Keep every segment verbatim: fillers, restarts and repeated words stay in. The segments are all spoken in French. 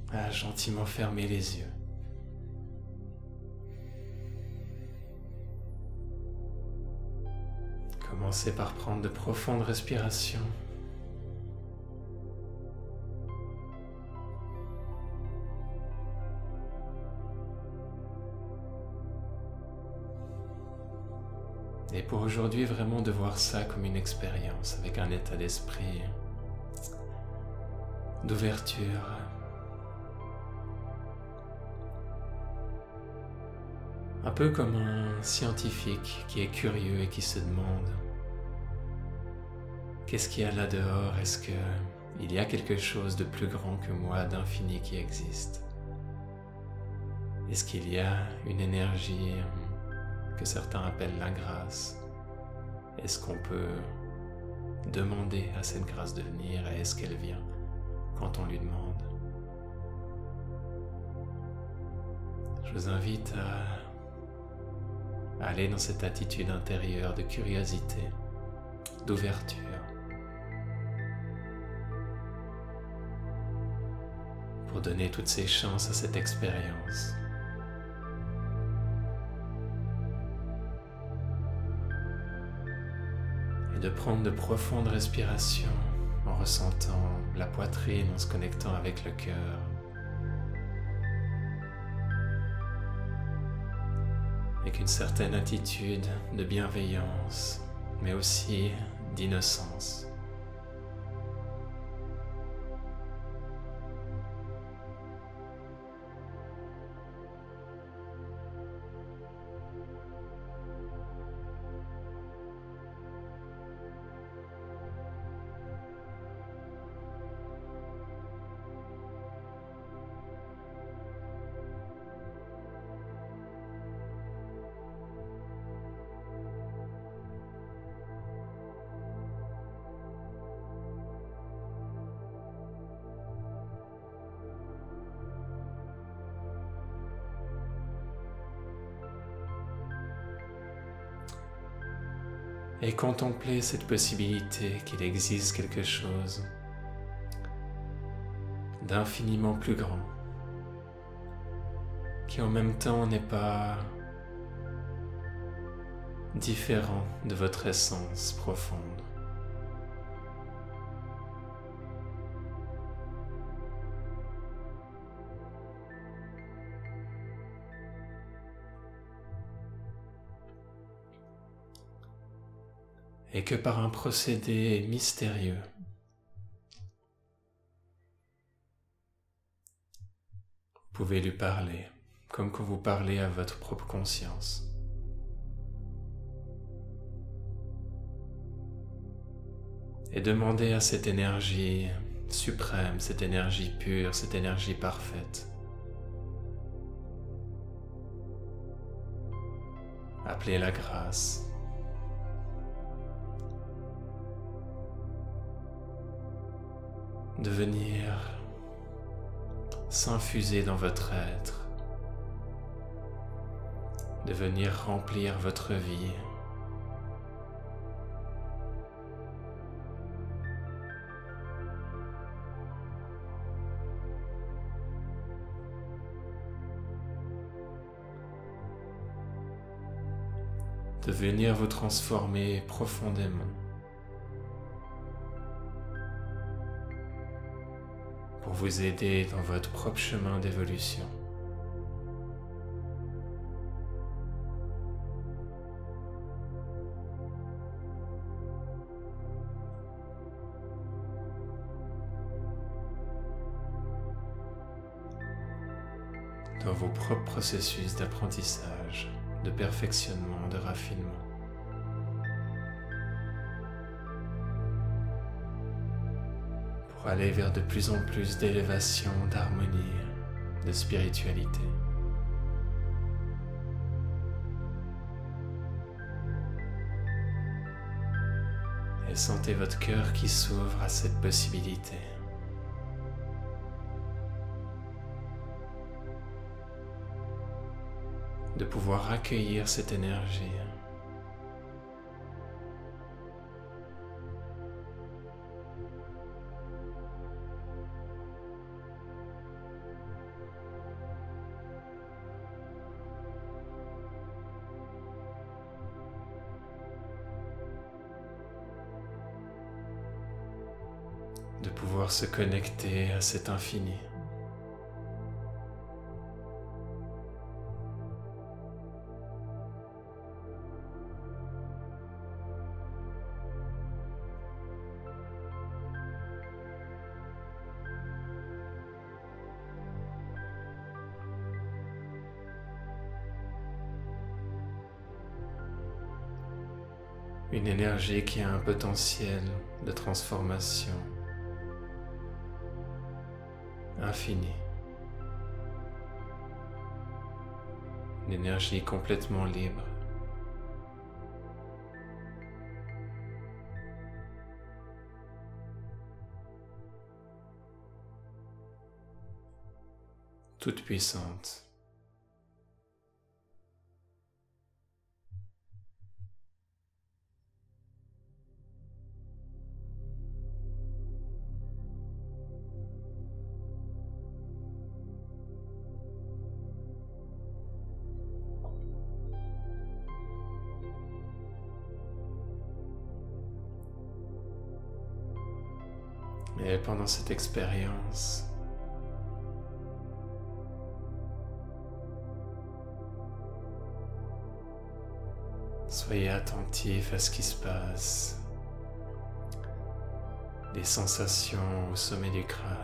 à gentiment fermer les yeux. Commencez par prendre de profondes respirations. Et pour aujourd'hui, vraiment de voir ça comme une expérience, avec un état d'esprit d'ouverture. Un peu comme un scientifique qui est curieux et qui se demande qu'est-ce qu'il y a là dehors? Est-ce qu'il y a quelque chose de plus grand que moi, d'infini qui existe? Est-ce qu'il y a une énergie que certains appellent la grâce? Est-ce qu'on peut demander à cette grâce de venir et est-ce qu'elle vient quand on lui demande? Je vous invite à aller dans cette attitude intérieure de curiosité, d'ouverture. Pour donner toutes ces chances à cette expérience. Et de prendre de profondes respirations en ressentant la poitrine, en se connectant avec le cœur. Avec une certaine attitude de bienveillance, mais aussi d'innocence. Et contempler cette possibilité qu'il existe quelque chose d'infiniment plus grand, qui en même temps n'est pas différent de votre essence profonde. Et que par un procédé mystérieux, vous pouvez lui parler, comme quand vous parlez à votre propre conscience. Et demandez à cette énergie suprême, cette énergie pure, cette énergie parfaite, appelez la grâce, de venir s'infuser dans votre être, de venir remplir votre vie, de venir vous transformer profondément. Pour vous aider dans votre propre chemin d'évolution. Dans vos propres processus d'apprentissage, de perfectionnement, de raffinement. Pour aller vers de plus en plus d'élévation, d'harmonie, de spiritualité. Et sentez votre cœur qui s'ouvre à cette possibilité. De pouvoir accueillir cette énergie. de pouvoir se connecter à cet infini. Une énergie qui a un potentiel de transformation infini. Une énergie complètement libre. Toute puissante. Et pendant cette expérience, soyez attentif à ce qui se passe, des sensations au sommet du crâne.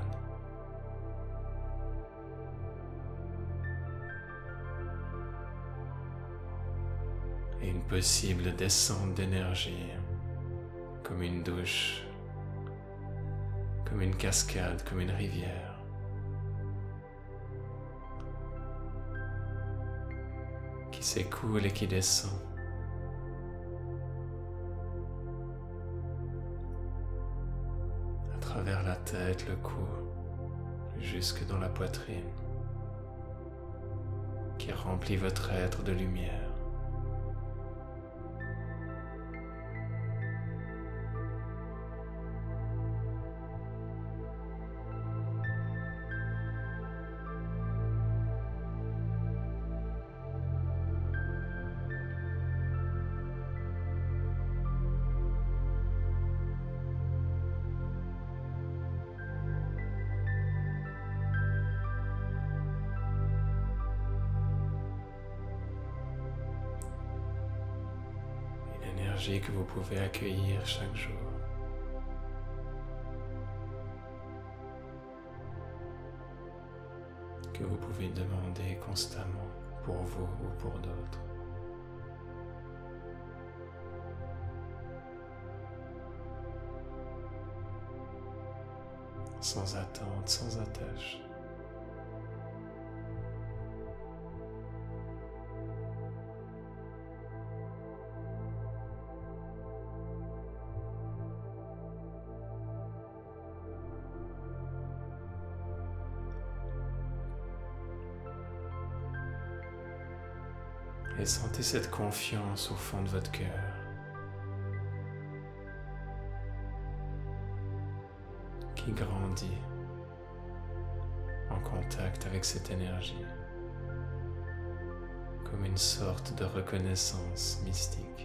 Et une possible descente d'énergie, comme une douche, comme une cascade, comme une rivière. Qui s'écoule et qui descend. À travers la tête, le cou, jusque dans la poitrine, qui remplit votre être de lumière. Que vous pouvez accueillir chaque jour. Que vous pouvez demander constamment pour vous ou pour d'autres. Sans attente, sans attache. Et sentez cette confiance au fond de votre cœur. Qui grandit en contact avec cette énergie. Comme une sorte de reconnaissance mystique.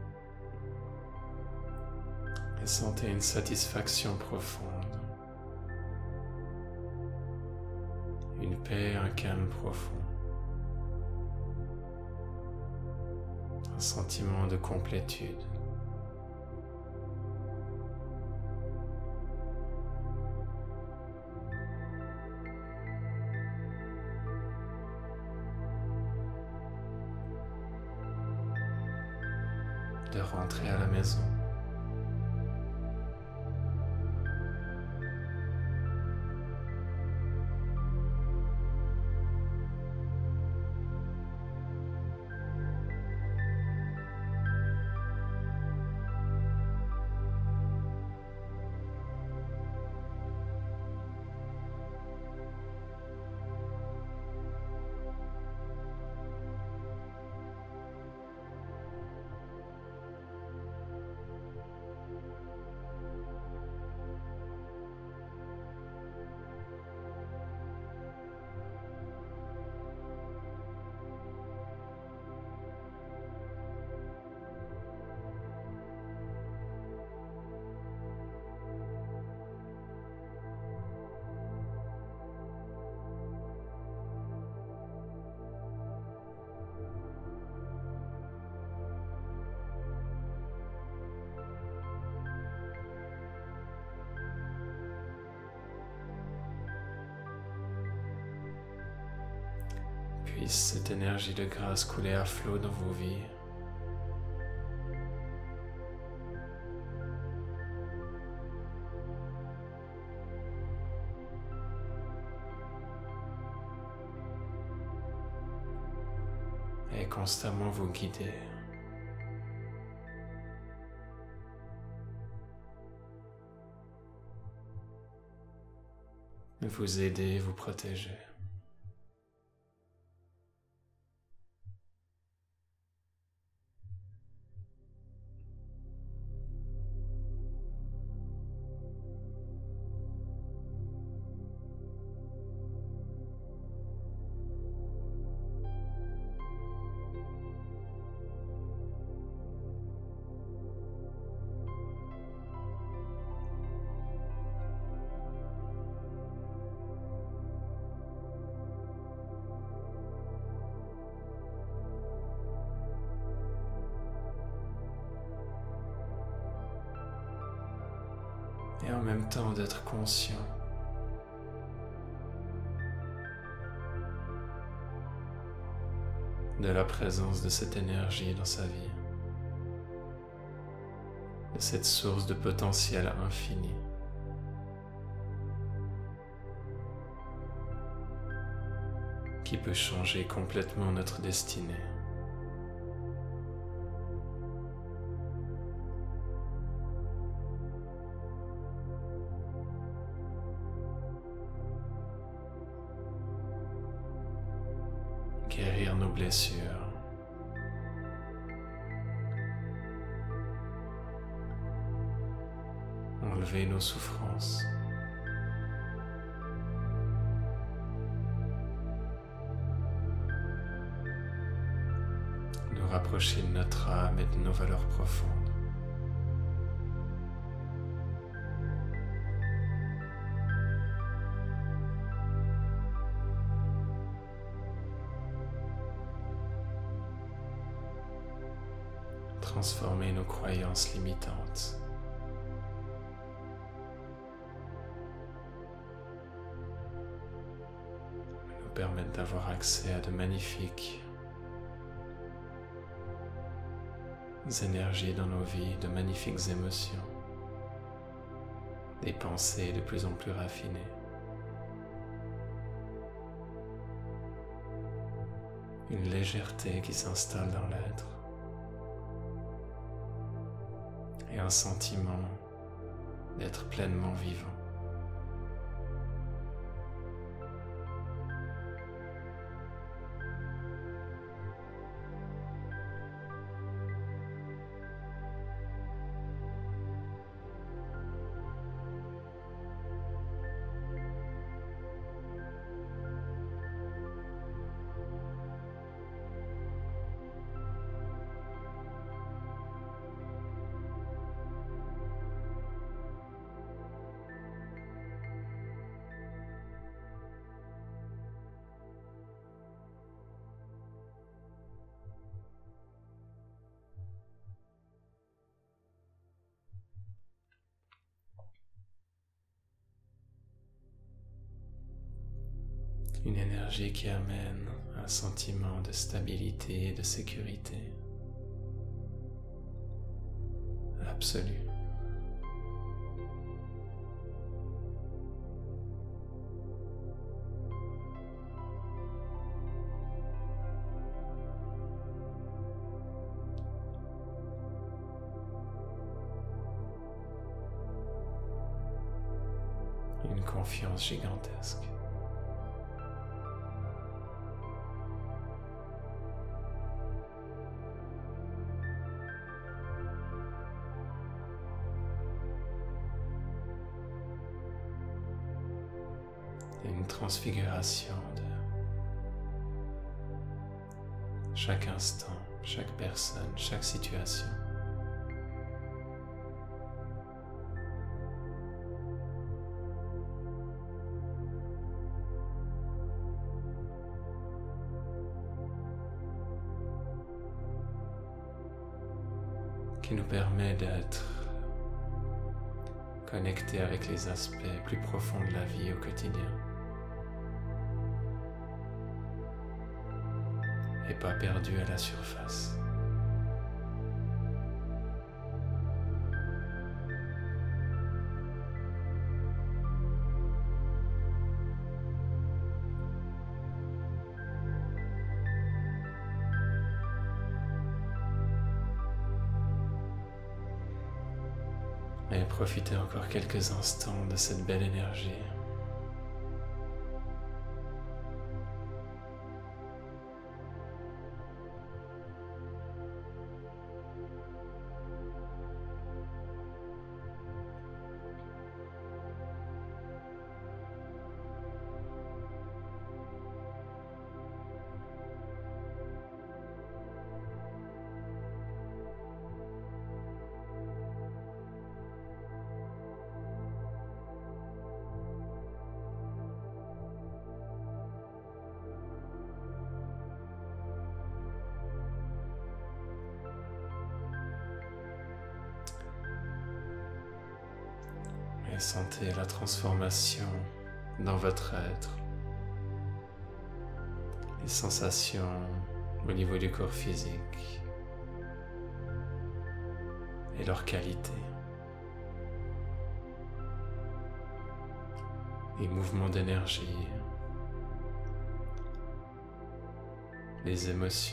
Et sentez une satisfaction profonde paix, un calme profond. Un sentiment de complétude. De rentrer à la maison. Puisse cette énergie de grâce couler à flot dans vos vies. Et constamment vous guider. Vous aider, vous protéger. Et en même temps d'être conscient de la présence de cette énergie dans sa vie, de cette source de potentiel infini. Qui peut changer complètement notre destinée. Guérir nos blessures. Enlever nos souffrances. Nous rapprocher de notre âme et de nos valeurs profondes. Transformer nos croyances limitantes. Nous permettre d'avoir accès à de magnifiques énergies dans nos vies, de magnifiques émotions, des pensées de plus en plus raffinées. Une légèreté qui s'installe dans l'être. Et un sentiment d'être pleinement vivant. Une énergie qui amène un sentiment de stabilité et de sécurité absolue. Une confiance gigantesque. Et une transfiguration de chaque instant, chaque personne, chaque situation. Qui nous permet d'être connectés avec les aspects plus profonds de la vie au quotidien et pas perdus à la surface. Et profitez encore quelques instants de cette belle énergie. Et sentez la transformation dans votre être. Les sensations au niveau du corps physique et leur qualité. Les mouvements d'énergie, les émotions.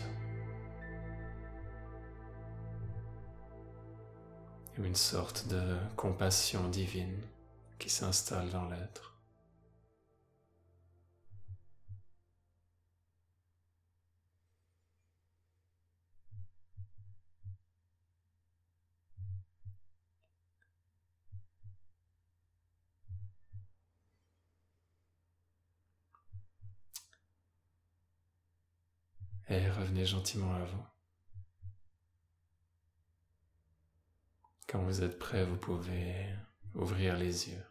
Une sorte de compassion divine qui s'installe dans l'être. Et revenez gentiment à vous. Quand vous êtes prêt, vous pouvez ouvrir les yeux.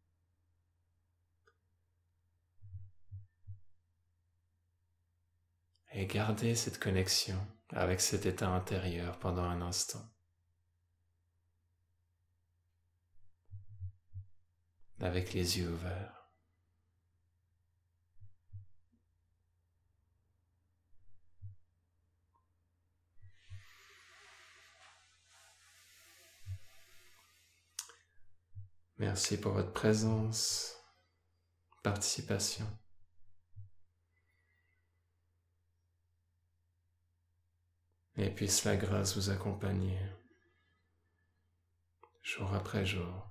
Et gardez cette connexion avec cet état intérieur pendant un instant. Avec les yeux ouverts. Merci pour votre présence, participation. Et puisse la grâce vous accompagner jour après jour.